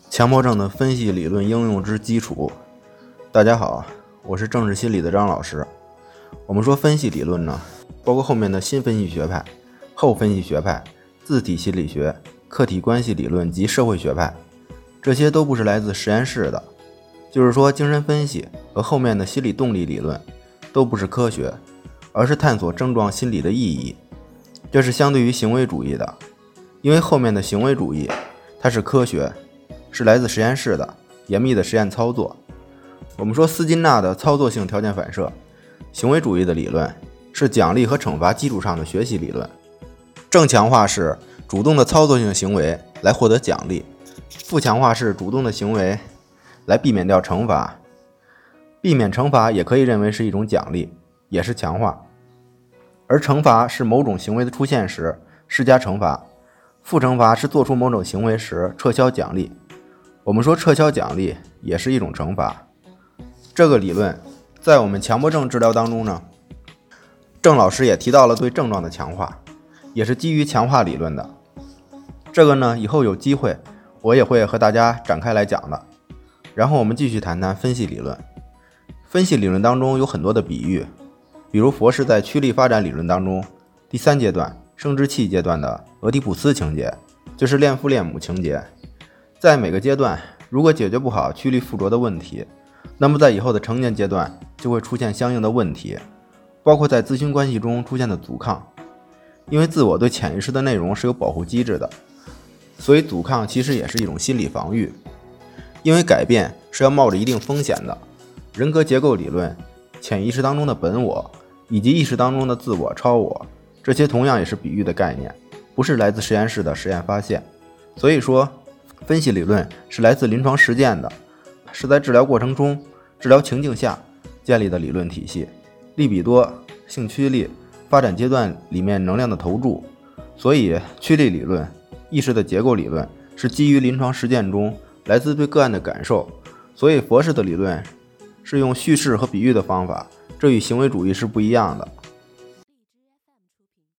强迫症的分析理论应用之基础。大家好，我是政治心理的张老师。我们说分析理论呢，包括后面的新分析学派、后分析学派、自体心理学、客体关系理论及社会学派，这些都不是来自实验室的。就是说，精神分析和后面的心理动力理论都不是科学，而是探索症状心理的意义。这是相对于行为主义的，因为后面的行为主义它是科学，是来自实验室的严密的实验操作。我们说斯金纳的操作性条件反射，行为主义的理论是奖励和惩罚基础上的学习理论。正强化是主动的操作性行为来获得奖励，负强化是主动的行为来避免掉惩罚。避免惩罚也可以认为是一种奖励，也是强化。而惩罚是某种行为的出现时施加惩罚，负惩罚是做出某种行为时撤销奖励。我们说撤销奖励也是一种惩罚。这个理论在我们强迫症治疗当中呢，郑老师也提到了对症状的强化，也是基于强化理论的。这个呢，以后有机会我也会和大家展开来讲的。然后我们继续谈谈分析理论。分析理论当中有很多的比喻，比如佛氏在趋利发展理论当中第3阶段生殖器阶段的俄狄浦斯情节，就是恋父恋母情节。在每个阶段如果解决不好趋利附着的问题，那么在以后的成年阶段就会出现相应的问题，包括在咨询关系中出现的阻抗。因为自我对潜意识的内容是有保护机制的，所以阻抗其实也是一种心理防御。因为改变是要冒着一定风险的，人格结构理论、潜意识当中的本我以及意识当中的自我、超我，这些同样也是比喻的概念，不是来自实验室的实验发现。所以说分析理论是来自临床实践的，是在治疗过程中、治疗情境下建立的理论体系。利比多、性驱力、发展阶段里面能量的投注，所以驱力理论、意识的结构理论是基于临床实践中来自对个案的感受。所以佛氏的理论是用叙事和比喻的方法，这与行为主义是不一样的。